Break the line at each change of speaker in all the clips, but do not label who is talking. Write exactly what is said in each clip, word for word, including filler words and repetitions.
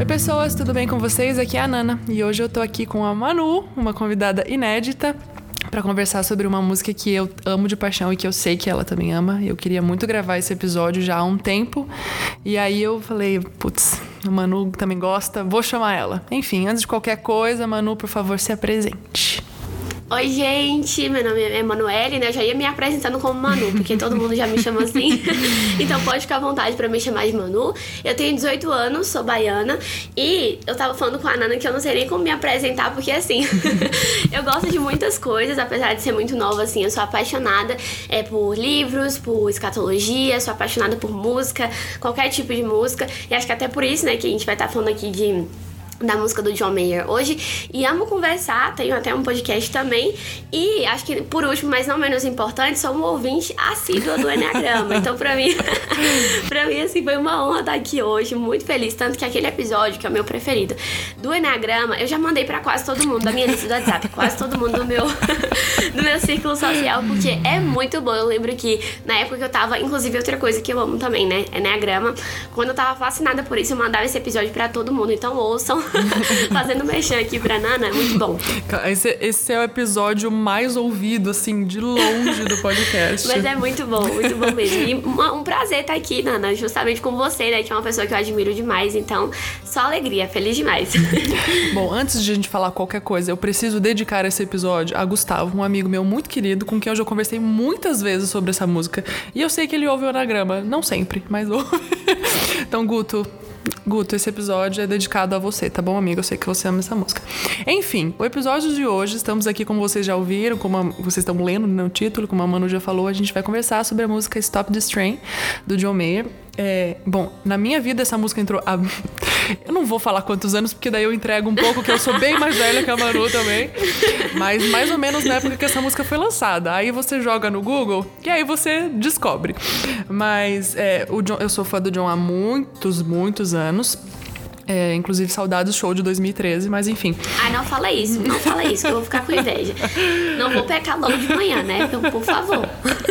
Oi pessoas, tudo bem com vocês? Aqui é a Nana e hoje eu tô aqui com a Manu, uma convidada inédita, pra conversar sobre uma música que eu amo de paixão e que eu sei que ela também ama. Eu queria muito gravar esse episódio já há um tempo e aí eu falei, putz, a Manu também gosta, vou chamar ela. Enfim, antes de qualquer coisa, Manu, por favor, se apresente.
Oi, gente, meu nome é Emanuele, né? Eu já ia me apresentando como Manu, porque todo mundo já me chama assim. Então pode ficar à vontade pra me chamar de Manu. Eu tenho dezoito anos, sou baiana. E eu tava falando com a Nana que eu não sei nem como me apresentar, porque assim, eu gosto de muitas coisas, apesar de ser muito nova, assim. Eu sou apaixonada é, por livros, por escatologia, sou apaixonada por música, qualquer tipo de música. E acho que até por isso, né, que a gente vai estar falando aqui de... da música do John Mayer hoje, e amo conversar, tenho até um podcast também, e acho que por último, mas não menos importante, sou um ouvinte assíduo do Enneagrama, então pra mim, pra mim assim, foi uma honra estar aqui hoje, muito feliz, tanto que aquele episódio, que é o meu preferido, do Enneagrama, eu já mandei pra quase todo mundo da minha lista do WhatsApp, quase todo mundo do meu, do meu círculo social, porque é muito bom. Eu lembro que na época que eu tava, inclusive outra coisa que eu amo também, né, Enneagrama, quando eu tava fascinada por isso, eu mandava esse episódio pra todo mundo, então ouçam. Fazendo mexer aqui pra Nana, é muito bom.
Esse, esse é o episódio mais ouvido, assim, de longe do podcast.
Mas é muito bom, muito bom mesmo. E um, um prazer estar aqui, Nana, justamente com você, né? Que é uma pessoa que eu admiro demais. Então, só alegria, feliz demais.
Bom, antes de a gente falar qualquer coisa, eu preciso dedicar esse episódio a Gustavo, um amigo meu muito querido, com quem eu já conversei muitas vezes sobre essa música. E eu sei que ele ouve o Enneagrama, não sempre, mas ouve. Então, Guto... Guto, esse episódio é dedicado a você, tá bom, amigo? Eu sei que você ama essa música. Enfim, o episódio de hoje, estamos aqui, como vocês já ouviram, como a, vocês estão lendo no título, como a Manu já falou, a gente vai conversar sobre a música Stop This Train, do John Mayer. É, bom, na minha vida essa música entrou há... Eu não vou falar quantos anos, porque daí eu entrego um pouco, que eu sou bem mais velha que a Manu também. Mas mais ou menos na época que essa música foi lançada. Aí você joga no Google e aí você descobre. Mas é, o John, eu sou fã do John há muitos, muitos anos. É, inclusive saudades do show de dois mil e treze, mas enfim.
Ai, não fala isso, não fala isso, que eu vou ficar com inveja. Não vou pecar logo de manhã, né? Então, por favor.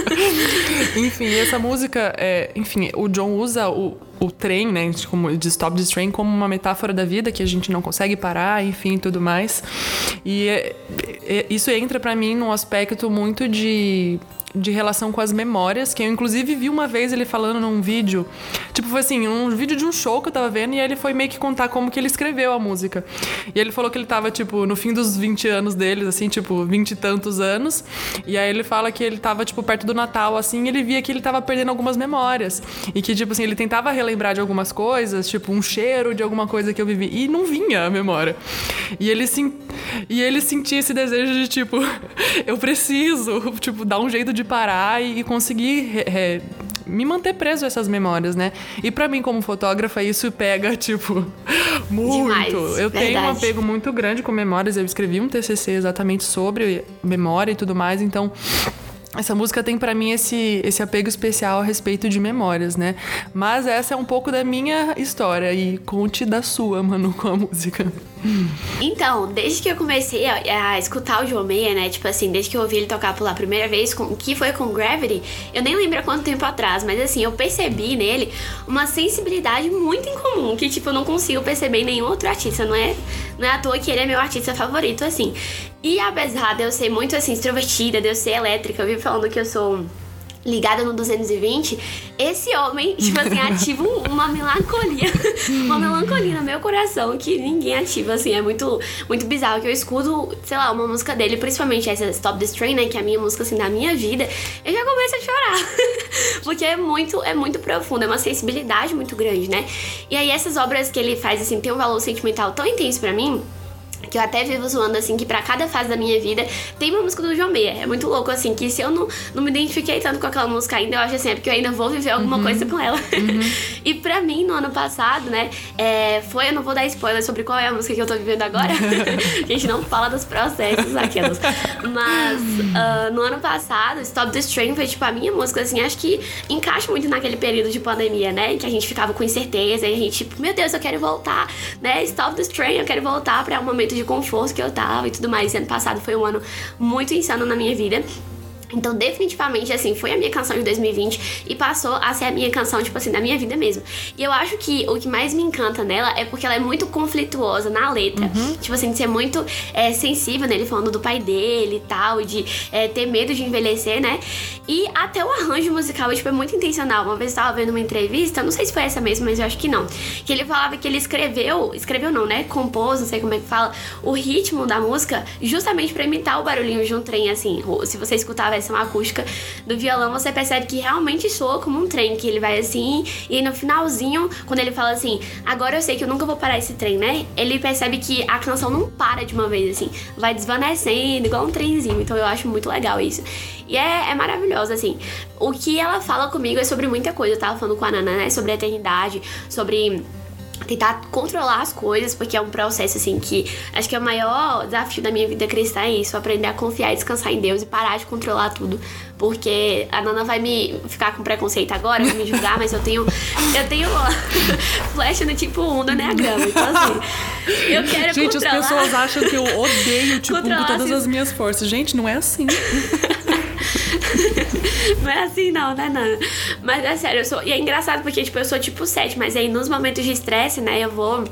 Enfim, essa música, é, enfim, o John usa o, o trem, né, de, de Stop This Train, como uma metáfora da vida, que a gente não consegue parar, enfim, tudo mais. E é, é, isso entra pra mim num aspecto muito de... de relação com as memórias, que eu inclusive vi uma vez ele falando num vídeo, tipo, foi assim, um vídeo de um show que eu tava vendo, e ele foi meio que contar como que ele escreveu a música. E ele falou que ele tava, tipo, no fim dos vinte anos deles, assim, tipo, vinte e tantos anos, e aí ele fala que ele tava, tipo, perto do Natal, assim, e ele via que ele tava perdendo algumas memórias, e que, tipo assim, ele tentava relembrar de algumas coisas, tipo, um cheiro de alguma coisa que eu vivi, e não vinha a memória. E ele, sim, e ele sentia esse desejo de, tipo, eu preciso, tipo, dar um jeito de parar e conseguir é, me manter preso a essas memórias, né? E pra mim, como fotógrafa, isso pega, tipo, muito.
Demais,
eu
verdade.
tenho um apego muito grande com memórias. Eu escrevi um T C C exatamente sobre memória e tudo mais, então... Essa música tem pra mim esse, esse apego especial a respeito de memórias, né? Mas essa é um pouco da minha história. E conte da sua, Manu, com a música.
Então, desde que eu comecei a, a escutar o John Mayer, né? Tipo assim, desde que eu ouvi ele tocar pela primeira vez, com, que foi com Gravity, eu nem lembro há quanto tempo atrás, mas assim, eu percebi nele uma sensibilidade muito incomum, que tipo, eu não consigo perceber em nenhum outro artista. Não é, não é à toa que ele é meu artista favorito, assim. E apesar de eu ser muito, assim, extrovertida, de eu ser elétrica, eu vivo falando que eu sou ligada no duzentos e vinte, esse homem, tipo assim, ativa uma melancolia, uma melancolia no meu coração que ninguém ativa, assim, é muito, muito bizarro, que eu escuto, sei lá, uma música dele, principalmente essa Stop This Train, né, que é a minha música, assim, da minha vida, eu já começo a chorar, porque é muito, é muito profundo, é uma sensibilidade muito grande, né, e aí essas obras que ele faz, assim, tem um valor sentimental tão intenso pra mim, que eu até vivo zoando, assim, que pra cada fase da minha vida tem uma música do John Mayer. É muito louco, assim, que se eu não, não me identifiquei tanto com aquela música ainda, eu acho assim, é porque eu ainda vou viver alguma uhum. coisa com ela. Uhum. E pra mim, no ano passado, né, é, foi, eu não vou dar spoiler sobre qual é a música que eu tô vivendo agora. A gente não fala dos processos, aquelas. Mas, uh, no ano passado, Stop This Train foi, tipo, a minha música, assim, acho que encaixa muito naquele período de pandemia, né, em que a gente ficava com incerteza, e a gente, tipo, meu Deus, eu quero voltar, né, Stop This Train, eu quero voltar pra um momento de conforto que eu tava e tudo mais. E ano passado foi um ano muito insano na minha vida. Então, definitivamente, assim, foi a minha canção de dois mil e vinte e passou a ser a minha canção, tipo assim, da minha vida mesmo. E eu acho que o que mais me encanta nela é porque ela é muito conflituosa na letra. Uhum. Tipo assim, de ser muito é, sensível, né? Ele falando do pai dele e tal, e de é, ter medo de envelhecer, né? E até o arranjo musical, tipo, é muito intencional. Uma vez eu tava vendo uma entrevista, não sei se foi essa mesmo, mas eu acho que não. Que ele falava que ele escreveu, escreveu não, né? Compôs, não sei como é que fala, o ritmo da música justamente pra imitar o barulhinho de um trem, assim. Se você escutava uma acústica do violão, você percebe que realmente soa como um trem, que ele vai assim, e aí no finalzinho, quando ele fala assim, agora eu sei que eu nunca vou parar esse trem, né? Ele percebe que a canção não para de uma vez, assim, vai desvanecendo, igual um trenzinho. Então eu acho muito legal isso. E é, é maravilhoso, assim. O que ela fala comigo é sobre muita coisa. Eu tava falando com a Nana, né? Sobre a eternidade, sobre tentar controlar as coisas, porque é um processo, assim, que acho que é o maior desafio da minha vida cristã, é isso, aprender a confiar e descansar em Deus e parar de controlar tudo, porque a Nana vai me ficar com preconceito agora, vai me julgar, mas eu tenho eu tenho flecha no tipo um do Enneagrama, então assim, eu quero
gente,
controlar.
As pessoas acham que eu odeio tipo um com todas
assim,
as minhas forças. Gente, não é assim.
Não é assim não, né, Nana? Mas é sério, eu sou... E é engraçado porque, tipo, eu sou tipo sete, mas aí nos momentos de estresse, né, eu vou...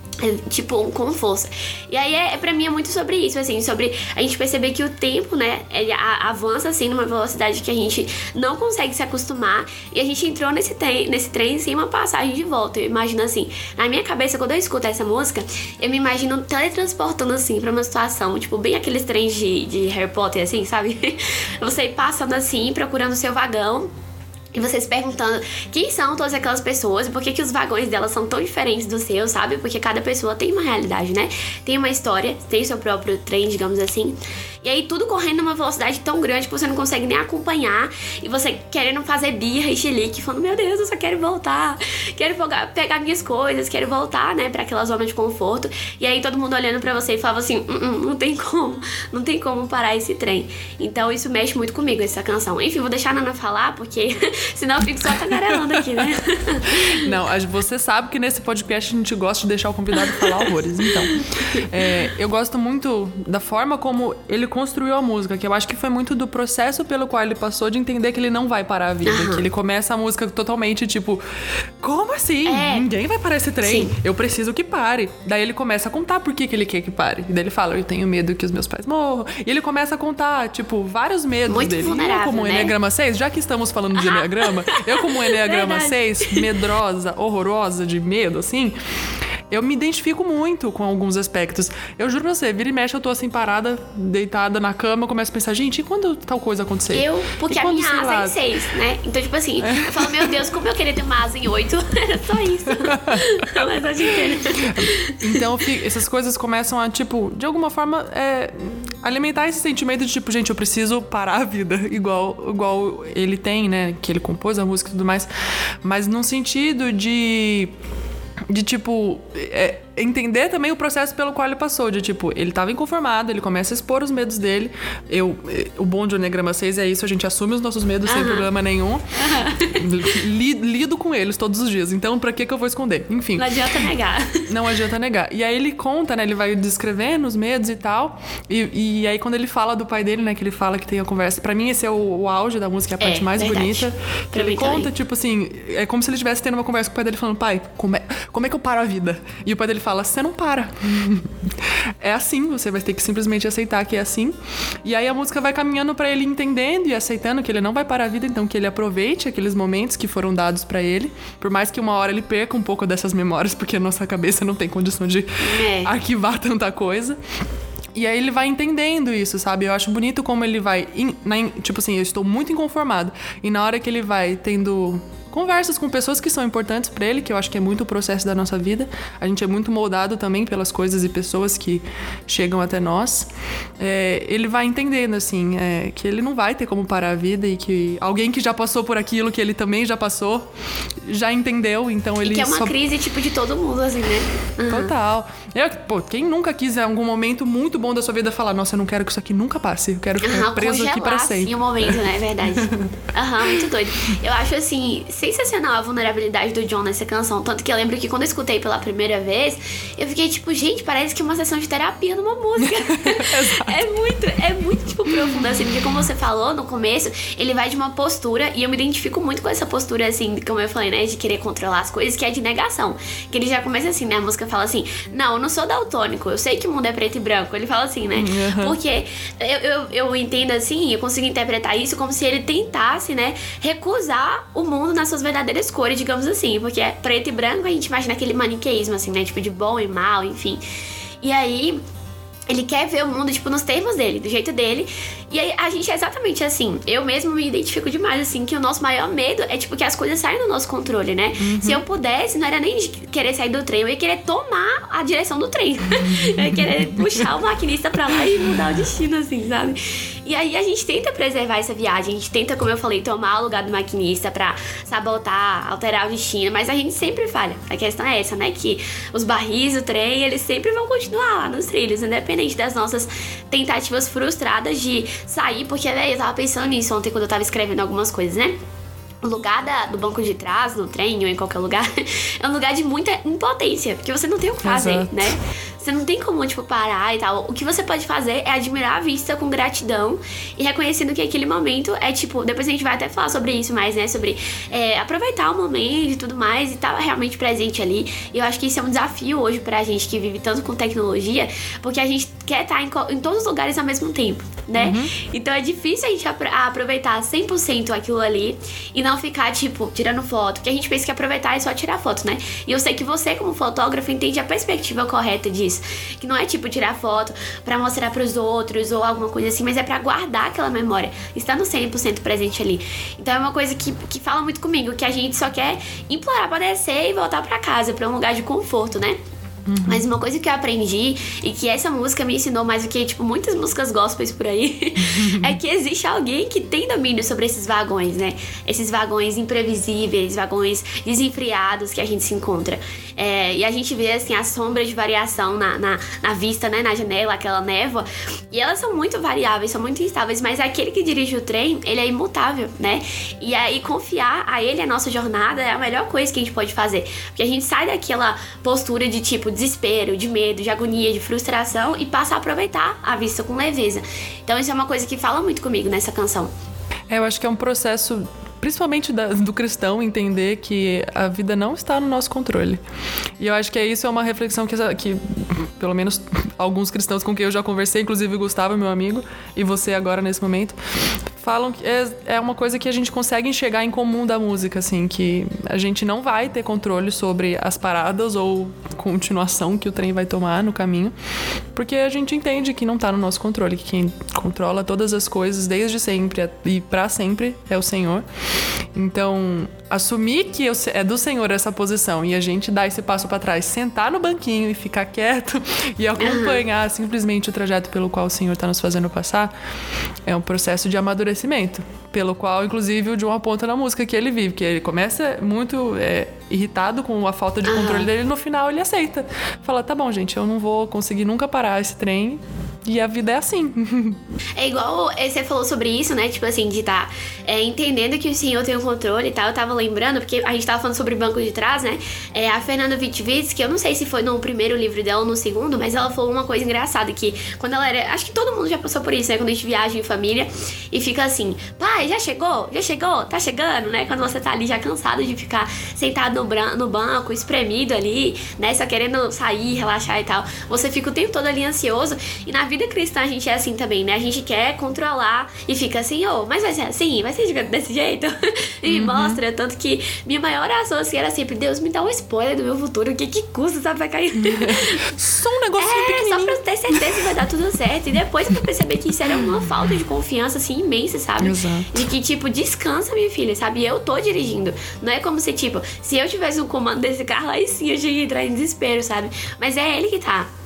tipo, com força. E aí, é, pra mim, é muito sobre isso, assim, sobre a gente perceber que o tempo, né, ele a, avança, assim, numa velocidade que a gente não consegue se acostumar, e a gente entrou nesse trem, nesse trem sem uma passagem de volta. Eu imagino, assim, na minha cabeça, quando eu escuto essa música, eu me imagino teletransportando, assim, pra uma situação, tipo, bem aqueles trens de, de Harry Potter, assim, sabe? Você passando, assim, procurando o seu vagão, e vocês perguntando quem são todas aquelas pessoas e por que, que os vagões delas são tão diferentes do seu, sabe? Porque cada pessoa tem uma realidade, né? Tem uma história, tem o seu próprio trem, digamos assim. E aí tudo correndo numa velocidade tão grande que você não consegue nem acompanhar. E você querendo fazer birra e chilique, falando, meu Deus, eu só quero voltar. Quero pegar minhas coisas, quero voltar, né, pra aquela zona de conforto. E aí todo mundo olhando pra você e falava assim, não, não tem como, não tem como parar esse trem. Então isso mexe muito comigo, essa canção. Enfim, vou deixar a Nana falar, porque... senão eu fico só tagarelando aqui, né?
Não, você sabe que nesse podcast a gente gosta de deixar o convidado falar horrores. Então, é, eu gosto muito da forma como ele construiu a música, que eu acho que foi muito do processo pelo qual ele passou de entender que ele não vai parar a vida. Uhum. Que ele começa a música totalmente tipo, como assim? É. Ninguém vai parar esse trem. Sim. Eu preciso que pare. Daí ele começa a contar por que, que ele quer que pare. E daí ele fala, eu tenho medo que os meus pais morram. E ele começa a contar, tipo, vários medos
muito
dele.
Vulnerável,
como o
né?
Enneagrama seis, já que estamos falando de Enneagrama, eu como Enneagrama seis, medrosa, horrorosa de medo, assim, eu me identifico muito com alguns aspectos. Eu juro pra você, vira e mexe, eu tô assim parada, deitada na cama, eu começo a pensar, gente, e quando tal coisa acontecer?
Eu, porque a minha asa é em seis, né? Então, tipo assim, é. eu falo, meu Deus, como eu queria ter uma asa em oito? Era só isso. Mas hoje inteiro.
Então, essas coisas começam a, tipo, de alguma forma, é, alimentar esse sentimento de, tipo, gente, eu preciso parar a vida, igual, igual ele tem, né? Que ele compôs a música e tudo mais. Mas num sentido de... de, tipo... É, entender também o processo pelo qual ele passou, de tipo, ele tava inconformado, ele começa a expor os medos dele. Eu, o bom de Enneagrama seis é isso, a gente assume os nossos medos uhum. sem problema nenhum. Li, lido com eles todos os dias, então pra que que eu vou esconder? Enfim.
Não adianta negar.
Não adianta negar. E aí ele conta, né, ele vai descrevendo os medos e tal, e, e aí quando ele fala do pai dele, né, que ele fala que tem a conversa, pra mim esse é o, o auge da música, é a parte é, mais verdade. bonita. Que ele conta, também. tipo assim, é como se ele estivesse tendo uma conversa com o pai dele, falando, pai, como é, como é que eu paro a vida? E o pai dele fala, você não para. É assim, você vai ter que simplesmente aceitar que é assim. E aí a música vai caminhando pra ele entendendo e aceitando que ele não vai parar a vida, então que ele aproveite aqueles momentos que foram dados pra ele, por mais que uma hora ele perca um pouco dessas memórias, porque a nossa cabeça não tem condição de é. arquivar tanta coisa. E aí ele vai entendendo isso, sabe? Eu acho bonito como ele vai... In, na, tipo assim, eu estou muito inconformado. E na hora que ele vai tendo... conversas com pessoas que são importantes pra ele, que eu acho que é muito o processo da nossa vida. A gente é muito moldado também pelas coisas e pessoas que chegam até nós. É, ele vai entendendo, assim, é, que ele não vai ter como parar a vida e que alguém que já passou por aquilo que ele também já passou, já entendeu, então ele...
E que é uma
só...
crise, tipo, de todo mundo, assim, né? Uhum.
Total. Eu, pô, quem nunca quis, em algum momento muito bom da sua vida, falar, nossa, eu não quero que isso aqui nunca passe, eu quero ficar uhum, preso aqui pra sempre.
Em um momento, né? É verdade. Aham, uhum, muito doido. Eu acho, assim... sensacional a vulnerabilidade do John nessa canção. Tanto que eu lembro que quando eu escutei pela primeira vez, eu fiquei tipo, gente, parece que é uma sessão de terapia numa música. é muito, é muito, tipo, profundo, assim, porque como você falou no começo, ele vai de uma postura, e eu me identifico muito com essa postura, assim, como eu falei, né, de querer controlar as coisas, que é de negação. Que ele já começa assim, né, a música fala assim, não, eu não sou daltônico, eu sei que o mundo é preto e branco. Ele fala assim, né, uhum. porque eu, eu, eu entendo assim, eu consigo interpretar isso como se ele tentasse, né, recusar o mundo nas suas verdadeiras cores, digamos assim, porque é preto e branco, a gente imagina aquele maniqueísmo, assim, né, tipo de bom e mal, enfim. E aí ele quer ver o mundo, tipo, nos termos dele, do jeito dele. E aí a gente é exatamente assim. Eu mesmo me identifico demais, assim, que o nosso maior medo é, tipo, que as coisas saem do nosso controle, né? Uhum. Se eu pudesse, não era nem de querer sair do trem, eu ia querer tomar a direção do trem. Eu ia querer puxar o maquinista pra lá e mudar o destino, assim, sabe? E aí a gente tenta preservar essa viagem, a gente tenta, como eu falei, tomar o lugar do maquinista pra sabotar, alterar o destino, mas a gente sempre falha. A questão é essa, né? Que os barris do trem, eles sempre vão continuar lá nos trilhos, independente das nossas tentativas frustradas de sair, porque, velho, eu tava pensando nisso ontem quando eu tava escrevendo algumas coisas, né? O lugar da, do banco de trás, no trem ou em qualquer lugar, é um lugar de muita impotência, porque você não tem o que fazer, Exato. né? Você não tem como, tipo, parar e tal. O que você pode fazer é admirar a vista com gratidão e reconhecendo que aquele momento é, tipo... Depois a gente vai até falar sobre isso mais, né? Sobre é, aproveitar o momento e tudo mais e estar realmente presente ali. E eu acho que isso é um desafio hoje pra gente que vive tanto com tecnologia, porque a gente quer estar em, em todos os lugares ao mesmo tempo, né? Uhum. Então é difícil a gente apro- aproveitar cem por cento aquilo ali e não ficar, tipo, tirando foto. Porque a gente pensa que aproveitar é só tirar foto, né? E eu sei que você, como fotógrafo, entende a perspectiva correta disso. Que não é tipo tirar foto pra mostrar pros outros ou alguma coisa assim, mas é pra guardar aquela memória, estando cem por cento presente ali. Então é uma coisa que, que fala muito comigo, que a gente só quer implorar pra descer e voltar pra casa, pra um lugar de conforto, né? Uhum. Mas uma coisa que eu aprendi e que essa música me ensinou mais do que, tipo, muitas músicas gospels por aí é que existe alguém que tem domínio sobre esses vagões, né? Esses vagões imprevisíveis, vagões desenfreados que a gente se encontra. É, e a gente vê, assim, a sombra de variação na, na, na vista, né? Na janela, aquela névoa. E elas são muito variáveis, são muito instáveis, mas aquele que dirige o trem, ele é imutável, né? E aí confiar a ele a nossa jornada é a melhor coisa que a gente pode fazer. Porque a gente sai daquela postura de, tipo, desespero, de medo, de agonia, de frustração e passa a aproveitar a vista com leveza. Então isso é uma coisa que fala muito comigo nessa canção.
É, eu acho que é um processo, principalmente da, do cristão, entender que a vida não está no nosso controle. E eu acho que isso é uma reflexão que, que pelo menos alguns cristãos com quem eu já conversei, inclusive o Gustavo, meu amigo, e você agora nesse momento, falam que é, é uma coisa que a gente consegue enxergar em comum da música, assim, que a gente não vai ter controle sobre as paradas ou continuação que o trem vai tomar no caminho, porque a gente entende que não tá no nosso controle, que quem controla todas as coisas desde sempre e pra sempre é o Senhor. Então, assumir que é do Senhor essa posição e a gente dar esse passo pra trás, sentar no banquinho e ficar quieto e acompanhar simplesmente o trajeto pelo qual o Senhor tá nos fazendo passar, é um processo de amadurecimento, pelo qual, inclusive, o John aponta na música que ele vive, que ele começa muito é, irritado com a falta de controle uhum. dele, e no final ele aceita. Fala, tá bom, gente, eu não vou conseguir nunca parar esse trem, e a vida é assim.
É igual você falou sobre isso, né? Tipo assim, de estar tá, é, entendendo que o Senhor tem o controle e tal. Eu tava lembrando, porque a gente tava falando sobre o banco de trás, né? É, a Fernanda Witwitz, que eu não sei se foi no primeiro livro dela ou no segundo, mas ela falou uma coisa engraçada, que quando ela era... Acho que todo mundo já passou por isso, né? Quando a gente viaja em família e fica assim, pai, já chegou? Já chegou? Tá chegando, né? Quando você tá ali já cansado de ficar sentado no, bran- no banco, espremido ali, né? Só querendo sair, relaxar e tal. Você fica o tempo todo ali ansioso. E na vida cristã a gente é assim também, né? A gente quer controlar e fica assim, ô, oh, mas vai ser assim? Vai ser desse jeito? E me uhum. mostra, tanto que minha maior oração assim era sempre, Deus, me dá um spoiler do meu futuro, o que que custa, sabe, vai cair?
Só um negocinho
é,
pequenininho.
Só pra eu ter certeza que vai dar tudo certo. E depois eu perceber que isso era uma falta de confiança, assim, imensa, sabe?
Exato.
De que, tipo, descansa, minha filha, sabe? E eu tô dirigindo. Não é como se, tipo, se eu tivesse o comando desse carro, aí sim eu ia entrar em desespero, sabe? Mas é ele que tá.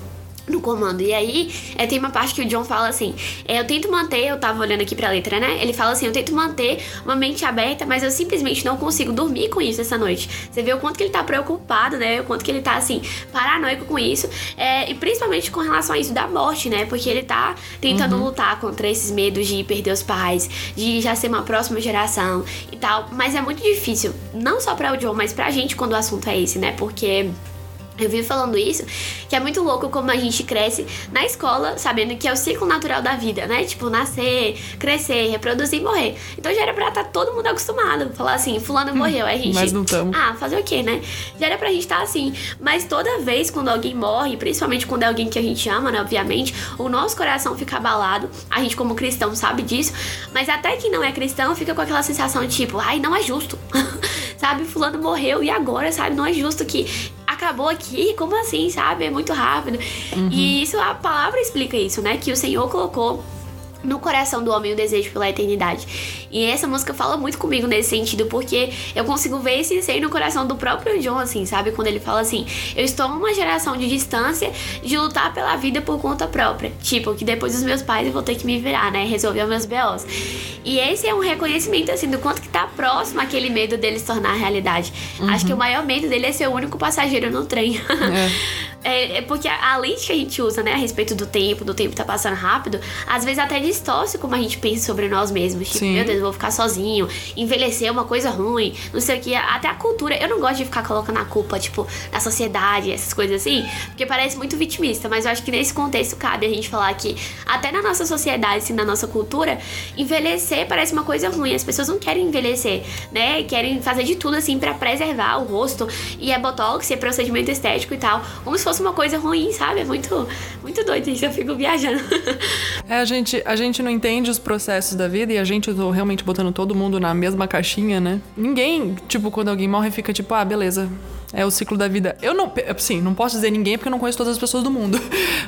no comando. E aí, é, tem uma parte que o John fala assim, é, eu tento manter, eu tava olhando aqui pra letra, né? Ele fala assim, eu tento manter uma mente aberta, mas eu simplesmente não consigo dormir com isso essa noite. Você vê o quanto que ele tá preocupado, né? O quanto que ele tá, assim, paranoico com isso. É, e principalmente com relação a isso da morte, né? Porque ele tá tentando uhum. lutar contra esses medos de perder os pais, de já ser uma próxima geração e tal. Mas é muito difícil, não só pra o John, mas pra gente quando o assunto é esse, né? Porque... eu vivo falando isso, que é muito louco como a gente cresce na escola, sabendo que é o ciclo natural da vida, né? Tipo, nascer, crescer, reproduzir e morrer. Então já era pra estar todo mundo acostumado. Falar assim, fulano morreu, aí a gente...
Mas não tamo.
Ah, fazer o quê, né? Já era pra gente estar assim. Mas toda vez quando alguém morre, principalmente quando é alguém que a gente ama, né? Obviamente, o nosso coração fica abalado. A gente como cristão sabe disso. Mas até quem não é cristão fica com aquela sensação de tipo, ai, não é justo. Sabe? Fulano morreu e agora, sabe? Não é justo que... acabou aqui, como assim, sabe? É muito rápido. Uhum. E isso, a palavra explica isso, né? Que o Senhor colocou no coração do homem o desejo pela eternidade. E essa música fala muito comigo nesse sentido, porque eu consigo ver esse ser no coração do próprio John, assim, sabe? Quando ele fala assim, eu estou numa geração de distância de lutar pela vida por conta própria. Tipo, que depois dos meus pais eu vou ter que me virar, né? Resolver os meus B Os. E esse é um reconhecimento, assim, do quanto que tá próximo aquele medo dele se tornar realidade. Uhum. Acho que o maior medo dele é ser o único passageiro no trem. É. É, é porque a, a lente que a gente usa, né, a respeito do tempo, do tempo tá passando rápido, às vezes até distorce como a gente pensa sobre nós mesmos. Tipo, Sim. meu Deus, eu vou ficar sozinho, envelhecer é uma coisa ruim, não sei o que. Até a cultura, eu não gosto de ficar colocando a culpa, tipo, na sociedade, essas coisas assim, porque parece muito vitimista, mas eu acho que nesse contexto cabe a gente falar que até na nossa sociedade, assim, na nossa cultura, envelhecer parece uma coisa ruim. As pessoas não querem envelhecer, né, querem fazer de tudo, assim, pra preservar o rosto, e é botox, e é procedimento estético e tal, como se fosse uma coisa ruim, sabe? É muito, muito doido isso, eu fico viajando.
É, a gente, a gente não entende os processos da vida e a gente, eu tô realmente botando todo mundo na mesma caixinha, né? Ninguém, tipo, quando alguém morre, fica tipo, ah, beleza, é o ciclo da vida. Eu não, sim, não posso dizer ninguém porque eu não conheço todas as pessoas do mundo,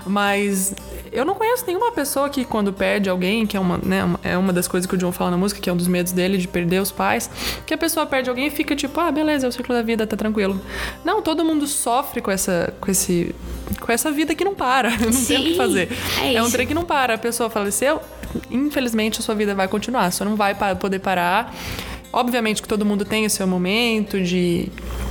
mas eu não conheço nenhuma pessoa que quando perde alguém, que é uma, né, é uma das coisas que o John fala na música, que é um dos medos dele, de perder os pais, que a pessoa perde alguém e fica tipo, ah, beleza, é o ciclo da vida, tá tranquilo. Não, todo mundo sofre com essa, com esse, com essa vida que não para, não Sim, tem o que fazer. É, é um trem que não para, a pessoa faleceu, infelizmente a sua vida vai continuar, só não vai poder parar. Obviamente que todo mundo tem o seu momento de...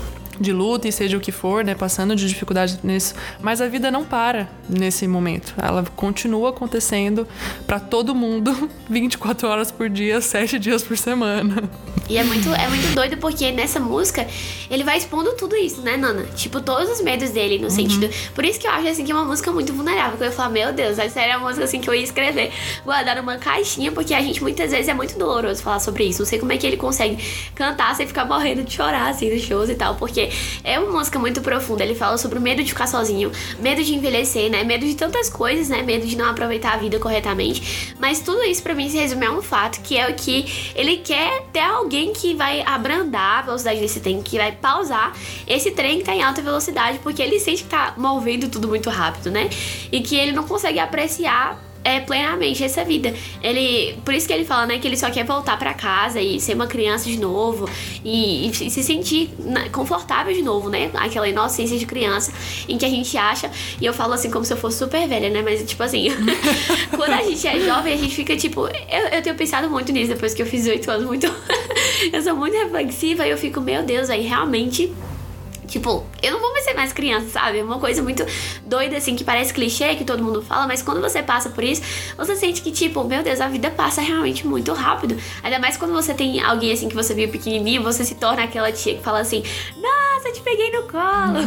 de luta e seja o que for, né, passando de dificuldade nisso, mas a vida não para nesse momento, ela continua acontecendo pra todo mundo, vinte e quatro horas por dia, sete dias por semana.
E é muito, é muito doido porque nessa música ele vai expondo tudo isso, né, Nana? Tipo, todos os medos dele, no uhum. sentido... Por isso que eu acho, assim, que é uma música muito vulnerável, que eu ia falar, meu Deus, essa era uma música, assim, que eu ia escrever, guardar numa caixinha, porque a gente, muitas vezes, é muito doloroso falar sobre isso. Não sei como é que ele consegue cantar sem ficar morrendo de chorar, assim, nos shows e tal, porque é uma música muito profunda. Ele fala sobre o medo de ficar sozinho, medo de envelhecer, né, medo de tantas coisas, né, medo de não aproveitar a vida corretamente, mas tudo isso, pra mim, se resume a um fato, que é o que ele quer ter alguém que vai abrandar a velocidade desse trem, que vai pausar esse trem que tá em alta velocidade, porque ele sente que tá movendo tudo muito rápido, né? E que ele não consegue apreciar é, plenamente essa vida. Ele, por isso que ele fala, né, que ele só quer voltar pra casa e ser uma criança de novo e, e se sentir confortável de novo, né? Aquela inocência de criança em que a gente acha, e eu falo assim como se eu fosse super velha, né? Mas tipo assim, quando a gente é jovem, a gente fica tipo, eu, eu tenho pensado muito nisso depois que eu fiz oito anos, muito eu sou muito reflexiva e eu fico, meu Deus, aí realmente... Tipo, eu não vou mais ser mais criança, sabe? É uma coisa muito doida, assim, que parece clichê, que todo mundo fala, mas quando você passa por isso, você sente que, tipo, meu Deus, a vida passa realmente muito rápido. Ainda mais quando você tem alguém, assim, que você viu pequenininho, você se torna aquela tia que fala assim, nossa, te peguei no colo.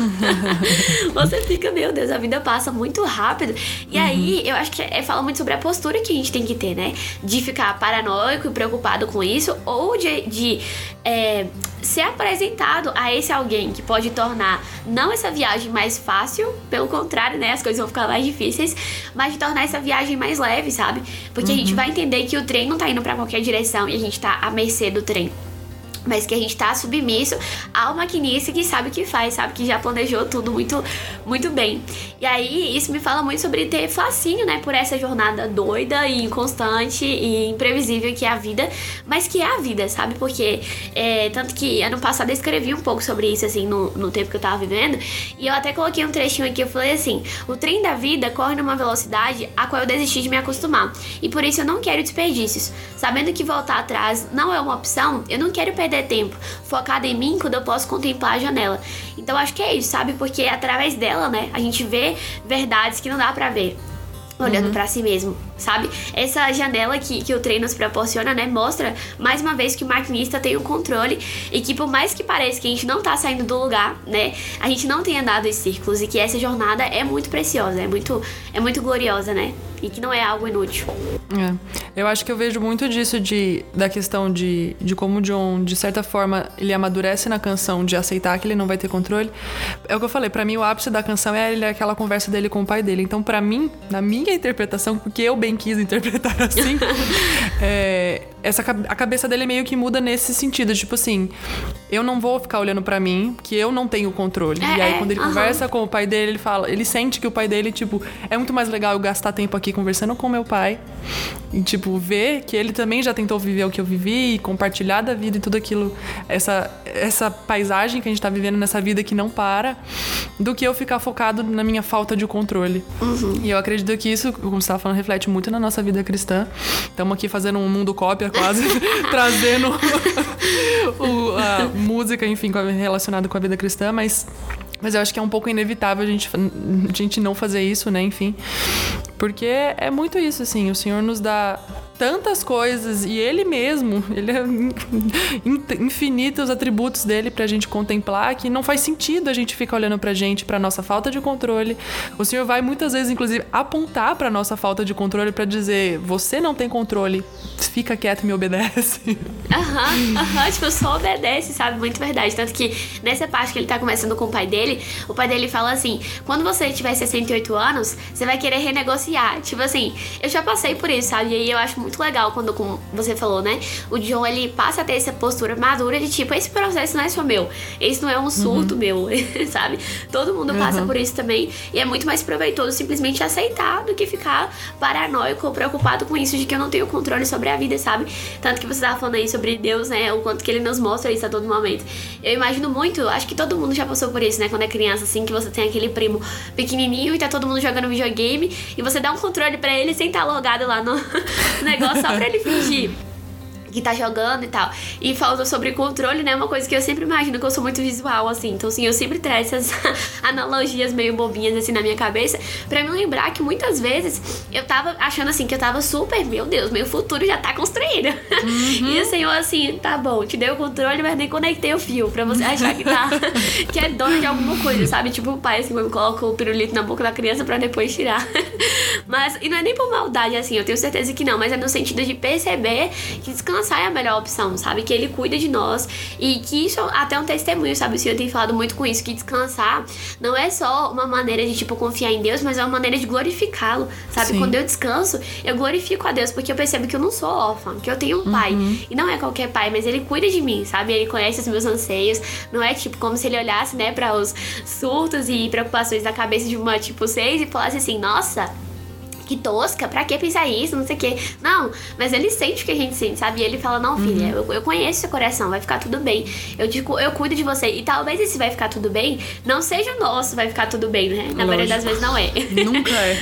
Você fica, meu Deus, a vida passa muito rápido. E uhum. aí, eu acho que é, fala muito sobre a postura que a gente tem que ter, né? De ficar paranoico e preocupado com isso, ou de... de é, ser apresentado a esse alguém que pode tornar não essa viagem mais fácil, pelo contrário, né, as coisas vão ficar mais difíceis, mas de tornar essa viagem mais leve, sabe? Porque uhum. a gente vai entender que o trem não tá indo pra qualquer direção e a gente tá à mercê do trem. mas que a gente tá submisso ao maquinista que sabe o que faz, sabe? Que já planejou tudo muito, muito bem. E aí, isso me fala muito sobre ter fascínio, né? Por essa jornada doida e inconstante e imprevisível que é a vida, mas que é a vida, sabe? Porque, é, tanto que ano passado eu escrevi um pouco sobre isso, assim, no, no tempo que eu tava vivendo, e eu até coloquei um trechinho aqui, eu falei assim, o trem da vida corre numa velocidade a qual eu desisti de me acostumar, e por isso eu não quero desperdícios. Sabendo que voltar atrás não é uma opção, eu não quero perder tempo, focada em mim quando eu posso contemplar a janela. Então acho que é isso, sabe? Porque através dela, né, a gente vê verdades que não dá pra ver olhando uhum. pra si mesmo, sabe? Essa janela que, que o trem nos proporciona, né, mostra mais uma vez que o maquinista tem o controle e que por mais que pareça que a gente não tá saindo do lugar, né, a gente não tem andado em círculos e que essa jornada é muito preciosa, é muito, é muito gloriosa, né? E que não é algo inútil.
É. Eu acho que eu vejo muito disso de, da questão de, de como o John, de certa forma, ele amadurece na canção de aceitar que ele não vai ter controle. É o que eu falei, pra mim o ápice da canção é ele, aquela conversa dele com o pai dele. Então, pra mim, na minha interpretação, porque eu bem quis interpretar assim, é, essa, a cabeça dele meio que muda nesse sentido. Tipo assim, eu não vou ficar olhando pra mim, que eu não tenho controle. É, e aí, quando ele uh-huh. conversa com o pai dele, ele fala, ele sente que o pai dele, tipo, é muito mais legal eu gastar tempo aqui conversando com meu pai e, tipo, ver que ele também já tentou viver o que eu vivi e compartilhar da vida e tudo aquilo, essa, essa paisagem que a gente tá vivendo nessa vida que não para, do que eu ficar focado na minha falta de controle.
Uhum.
E eu acredito que isso, como você tava falando, reflete muito na nossa vida cristã. Estamos aqui fazendo um mundo cópia quase, trazendo o, a música, enfim, relacionada com a vida cristã, mas... Mas eu acho que é um pouco inevitável a gente, a gente não fazer isso, né? Enfim. Porque é muito isso, assim. O Senhor nos dá tantas coisas e Ele mesmo, Ele é infinito os atributos dele pra gente contemplar, que não faz sentido a gente ficar olhando pra gente, pra nossa falta de controle. O Senhor vai muitas vezes, inclusive, apontar pra nossa falta de controle pra dizer, você não tem controle, fica quieto e me obedece.
Aham, uhum, aham, uhum, tipo, só obedece, sabe? Muito verdade. Tanto que nessa parte que ele tá conversando com o pai dele, o pai dele fala assim, quando você tiver sessenta e oito anos, você vai querer renegociar. Tipo assim, eu já passei por isso, sabe? E aí eu acho muito legal quando, como você falou, né? O John, ele passa a ter essa postura madura de tipo, esse processo não é só meu, esse não é um surto uhum. meu, sabe? Todo mundo passa uhum. por isso também. E é muito mais proveitoso simplesmente aceitar do que ficar paranoico ou preocupado com isso de que eu não tenho controle sobre a vida, sabe? Tanto que você tava falando aí sobre Deus, né? O quanto que ele nos mostra isso a todo momento. Eu imagino muito, acho que todo mundo já passou por isso, né? Quando é criança, assim, que você tem aquele primo pequenininho e tá todo mundo jogando videogame e você dá um controle pra ele sem estar logado lá no negócio só pra ele fingir que tá jogando e tal. E falando sobre controle, né? Uma coisa que eu sempre imagino, que eu sou muito visual, assim. Então, assim, eu sempre trago essas analogias meio bobinhas, assim, na minha cabeça, pra me lembrar que muitas vezes eu tava achando, assim, que eu tava super, meu Deus, meu futuro já tá construído. Uhum. E o Senhor, assim, tá bom, te dei o controle, mas nem conectei o fio pra você achar que tá, que é dona de alguma coisa, sabe? Tipo o pai, assim, quando coloca o pirulito na boca da criança pra depois tirar. Mas, e não é nem por maldade, assim, eu tenho certeza que não, mas é no sentido de perceber que descansar é a melhor opção, sabe? Que ele cuida de nós e que isso até é um testemunho, sabe? O Senhor tem falado muito com isso, que descansar não é só uma maneira de, tipo, confiar em Deus, mas é uma maneira de glorificá-lo, sabe? Sim. Quando eu descanso, eu glorifico a Deus, porque eu percebo que eu não sou órfã, que eu tenho um uhum. pai. E não é qualquer pai, mas ele cuida de mim, sabe? Ele conhece os meus anseios, não é, tipo, como se ele olhasse, né, para os surtos e preocupações da cabeça de uma, tipo, seis e falasse assim, nossa... que tosca, pra que pensar isso, não sei o que. Não, mas ele sente o que a gente sente, sabe? E ele fala, não, filha, uhum. eu, eu conheço seu coração, vai ficar tudo bem. Eu, digo, eu cuido de você. E talvez esse vai ficar tudo bem não seja o nosso vai ficar tudo bem, né? Na maioria das vezes não é.
Nunca é.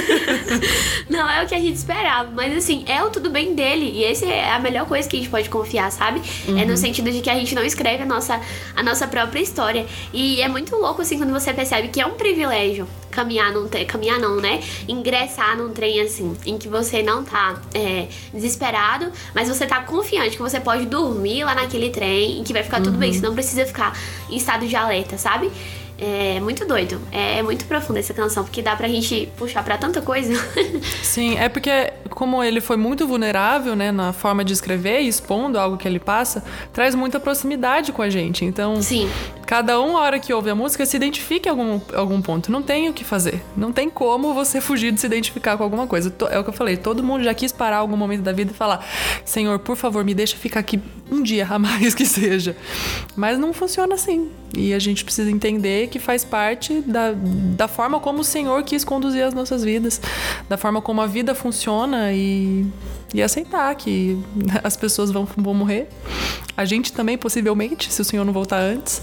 Não é o que a gente esperava. Mas assim, é o tudo bem dele. E essa é a melhor coisa que a gente pode confiar, sabe? Uhum. É no sentido de que a gente não escreve a nossa, a nossa própria história. E é muito louco, assim, quando você percebe que é um privilégio caminhar num trem, caminhar não, né? Ingressar num trem assim, em que você não tá é, desesperado, mas você tá confiante que você pode dormir lá naquele trem e que vai ficar uhum. tudo bem, você não precisa ficar em estado de alerta, sabe? É muito doido, é, é muito profunda essa canção, porque dá pra gente puxar pra tanta coisa.
Sim, é porque como ele foi muito vulnerável, né, na forma de escrever e expondo algo que ele passa, traz muita proximidade com a gente, então...
Sim.
cada um, a hora que ouve a música, se identifique em algum, algum ponto. Não tem o que fazer. Não tem como você fugir de se identificar com alguma coisa. É o que eu falei, todo mundo já quis parar algum momento da vida e falar: Senhor, por favor, me deixa ficar aqui um dia a mais que seja. Mas não funciona assim. E a gente precisa entender que faz parte da, da forma como o Senhor quis conduzir as nossas vidas, da forma como a vida funciona e, e aceitar que as pessoas vão, vão morrer. A gente também, possivelmente, se o Senhor não voltar antes.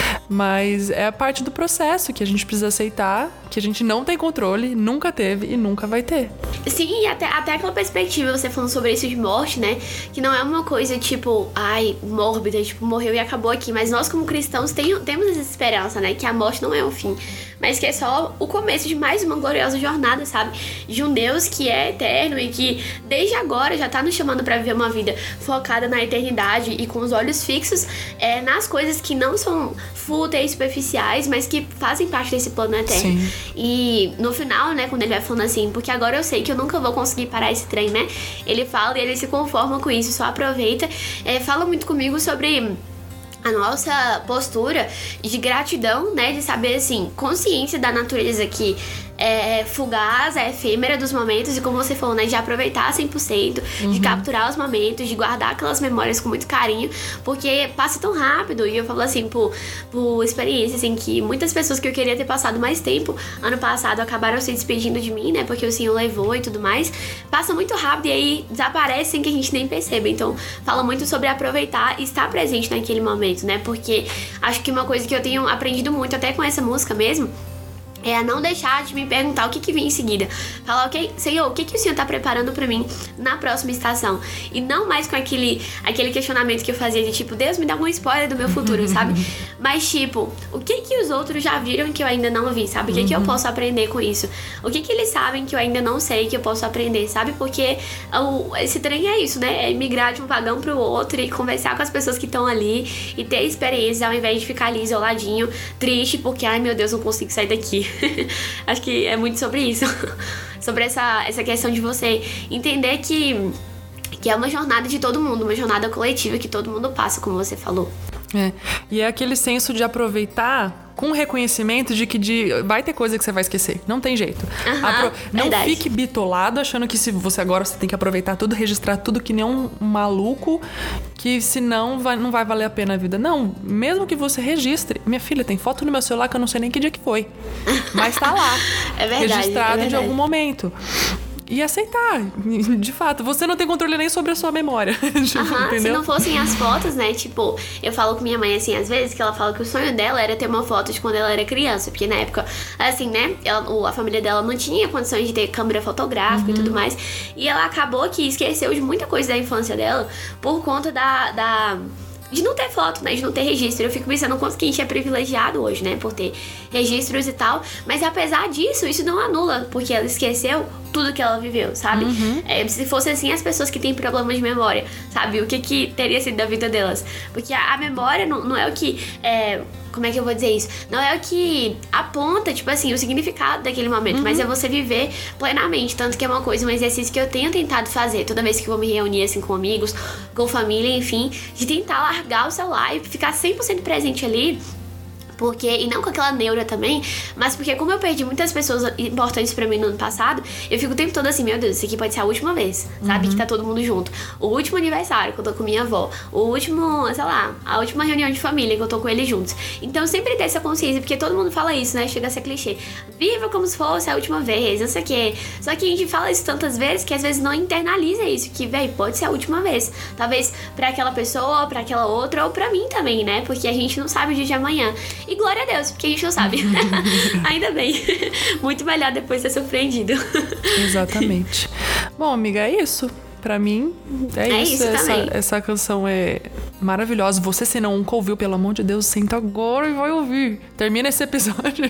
Mas é a parte do processo que a gente precisa aceitar, que a gente não tem controle, nunca teve e nunca vai ter.
Sim, e até, até aquela perspectiva, você falando sobre isso de morte, né? Que não é uma coisa, tipo, ai, mórbida, tipo, morreu e acabou aqui. Mas nós, como cristãos, tem, temos essa esperança, né? Que a morte não é um fim, mas que é só o começo de mais uma gloriosa jornada, sabe? De um Deus que é eterno e que, desde agora, já tá nos chamando pra viver uma vida focada na eternidade e com os olhos fixos é, nas coisas que não são fúteis, superficiais, mas que fazem parte desse plano eterno. Sim. E no final, né, quando ele vai falando assim, porque agora eu sei que eu nunca vou conseguir parar esse trem, né? Ele fala e ele se conforma com isso, só aproveita. É, fala muito comigo sobre a nossa postura de gratidão, né? De saber, assim, consciência da natureza que é fugaz, é efêmera dos momentos, e como você falou, né, de aproveitar cem por cento, uhum. de capturar os momentos, de guardar aquelas memórias com muito carinho, porque passa tão rápido. E eu falo assim, por, por experiência, assim, que muitas pessoas que eu queria ter passado mais tempo ano passado acabaram se despedindo de mim, né, porque o Senhor levou e tudo mais, passa muito rápido e aí desaparece sem que a gente nem perceba. Então fala muito sobre aproveitar e estar presente naquele momento, né, porque acho que uma coisa que eu tenho aprendido muito até com essa música mesmo é a não deixar de me perguntar o que que vem em seguida. Falar, ok, Senhor, o que que o Senhor tá preparando pra mim na próxima estação? E não mais com aquele, aquele questionamento que eu fazia de tipo, Deus, me dá algum spoiler do meu futuro, sabe? Mas tipo, o que que os outros já viram que eu ainda não vi, sabe? O que uhum. que eu posso aprender com isso? O que que eles sabem que eu ainda não sei que eu posso aprender, sabe? Porque o, esse trem é isso, né? É migrar de um vagão pro outro e conversar com as pessoas que estão ali e ter experiências ao invés de ficar ali isoladinho, triste, porque, ai meu Deus, não consigo sair daqui. Acho que é muito sobre isso. Sobre essa, essa questão de você entender que, que é uma jornada de todo mundo, uma jornada coletiva que todo mundo passa, como você falou.
É. E é aquele senso de aproveitar com reconhecimento de que de, vai ter coisa que você vai esquecer. Não tem jeito.
Uhum,
Apro- não
verdade.
Fique bitolado achando que se você agora você tem que aproveitar tudo, registrar tudo que nem um maluco, que senão vai, não vai valer a pena a vida. Não, mesmo que você registre. Minha filha, tem foto no meu celular que eu não sei nem que dia que foi. Mas tá lá.
É verdade,
registrado
é verdade.
de algum momento. E aceitar, de fato. Você não tem controle nem sobre a sua memória. Tipo,
Aham,
entendeu?
se não fossem as fotos, né? Tipo, eu falo com minha mãe assim, às vezes, que ela fala que o sonho dela era ter uma foto de quando ela era criança. Porque na época, assim, né? Ela, a família dela não tinha condições de ter câmera fotográfica uhum. e tudo mais. E ela acabou que esqueceu de muita coisa da infância dela por conta da... da de não ter foto, né? De não ter registro. Eu fico pensando quanto que a gente é privilegiado hoje, né? Por ter registros e tal. Mas apesar disso, isso não anula, porque ela esqueceu tudo que ela viveu, sabe? Uhum. É, se fosse assim, as pessoas que têm problemas de memória, sabe? O que que teria sido da vida delas? Porque a, a memória não, não é o que... É, como é que eu vou dizer isso? Não é o que aponta, tipo assim, o significado daquele momento, uhum. mas é você viver plenamente. Tanto que é uma coisa, um exercício que eu tenho tentado fazer toda vez que eu vou me reunir, assim, com amigos, com família, enfim, de tentar largar o celular e ficar cem por cento presente ali. Porque, e não com aquela neura também, mas porque como eu perdi muitas pessoas importantes pra mim no ano passado, eu fico o tempo todo assim, meu Deus, isso aqui pode ser a última vez, sabe? Uhum. Que tá todo mundo junto. O último aniversário que eu tô com minha avó, o último, sei lá, a última reunião de família que eu tô com eles juntos. Então sempre ter essa consciência, porque todo mundo fala isso, né? Chega a ser clichê. Viva como se fosse a última vez, não sei o quê. Só que a gente fala isso tantas vezes que às vezes não internaliza isso, que, véi, pode ser a última vez. Talvez pra aquela pessoa, pra aquela outra, ou pra mim também, né? Porque a gente não sabe o dia de amanhã. E glória a Deus, porque a gente não sabe. Ainda bem. Muito melhor depois ser surpreendido.
Exatamente. Bom, amiga, é isso. Pra mim, é,
é
isso.
isso
essa,
também.
essa canção é maravilhosa. Você, se não nunca ouviu, pelo amor de Deus, senta agora e vai ouvir. Termina esse episódio.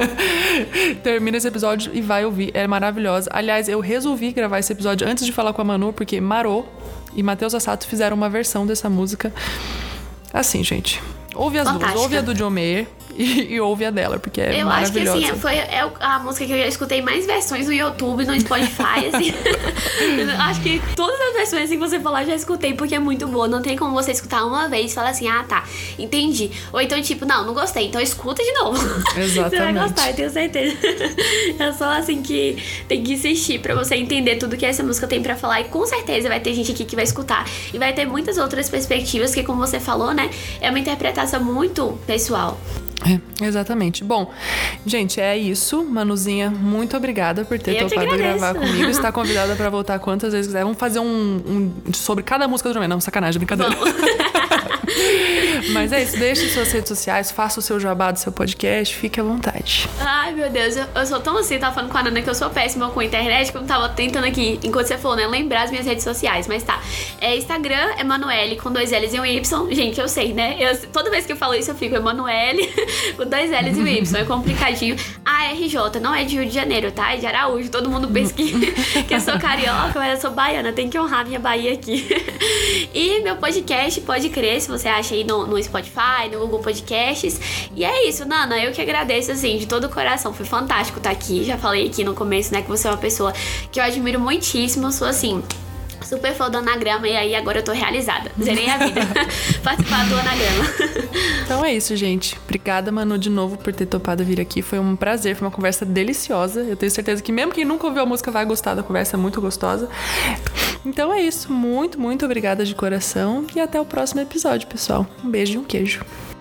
Termina esse episódio e vai ouvir. É maravilhosa. Aliás, eu resolvi gravar esse episódio antes de falar com a Manu, porque Marô e Matheus Assato fizeram uma versão dessa música. Assim, gente... Ouve as
Fantástica.
duas, ouve a do John Mayer e, e ouve a dela, porque é
eu
maravilhosa.
Eu acho que assim, foi é a música que eu já escutei mais versões no YouTube, no Spotify, assim. Acho que todas as versões assim, que você falar já escutei, porque é muito boa. Não tem como você escutar uma vez e falar assim, ah, tá, entendi. Ou então, tipo, não, não gostei, então escuta de novo.
Exatamente.
Você vai gostar, eu tenho certeza. É só assim que tem que insistir pra você entender tudo que essa música tem pra falar. E com certeza vai ter gente aqui que vai escutar. E vai ter muitas outras perspectivas que, como você falou, né, é uma interpretação muito pessoal.
É, exatamente. Bom, gente, é isso. Manuzinha, muito obrigada por ter
Eu
topado gravar comigo. Está convidada pra voltar quantas vezes quiser. Vamos fazer um, um sobre cada música do John Mayer. Não, sacanagem, brincadeira. Mas é isso, deixe suas redes sociais, faça o seu jabá do seu podcast, fique à vontade.
Ai, meu Deus, eu, eu sou tão assim, tava falando com a Nana que eu sou péssima com a internet, que eu tava tentando aqui, enquanto você falou, né, lembrar as minhas redes sociais, mas tá. É Instagram, Emanuele, com dois L's e um Y. Gente, eu sei, né? Eu, toda vez que eu falo isso, eu fico Emanuele, com dois L's e um Y, é complicadinho. A R J, não é de Rio de Janeiro, tá? É de Araújo, todo mundo pensa que, que eu sou carioca, mas eu sou baiana, tem que honrar minha Bahia aqui. E meu podcast, pode crer, se você acha aí no, no Spotify, no Google Podcasts. E é isso, Nana, eu que agradeço, assim, de todo o coração. Foi fantástico estar aqui. Já falei aqui no começo, né, que você é uma pessoa que eu admiro muitíssimo. Sou, assim, super fã do Anagrama e aí agora eu tô realizada. Zerei a vida. Participar do Anagrama.
Então é isso, gente. Obrigada, Manu, de novo por ter topado vir aqui. Foi um prazer, foi uma conversa deliciosa. Eu tenho certeza que mesmo quem nunca ouviu a música vai gostar da conversa, é muito gostosa. Então é isso. Muito, muito obrigada de coração e até o próximo episódio, pessoal. Um beijo e um queijo.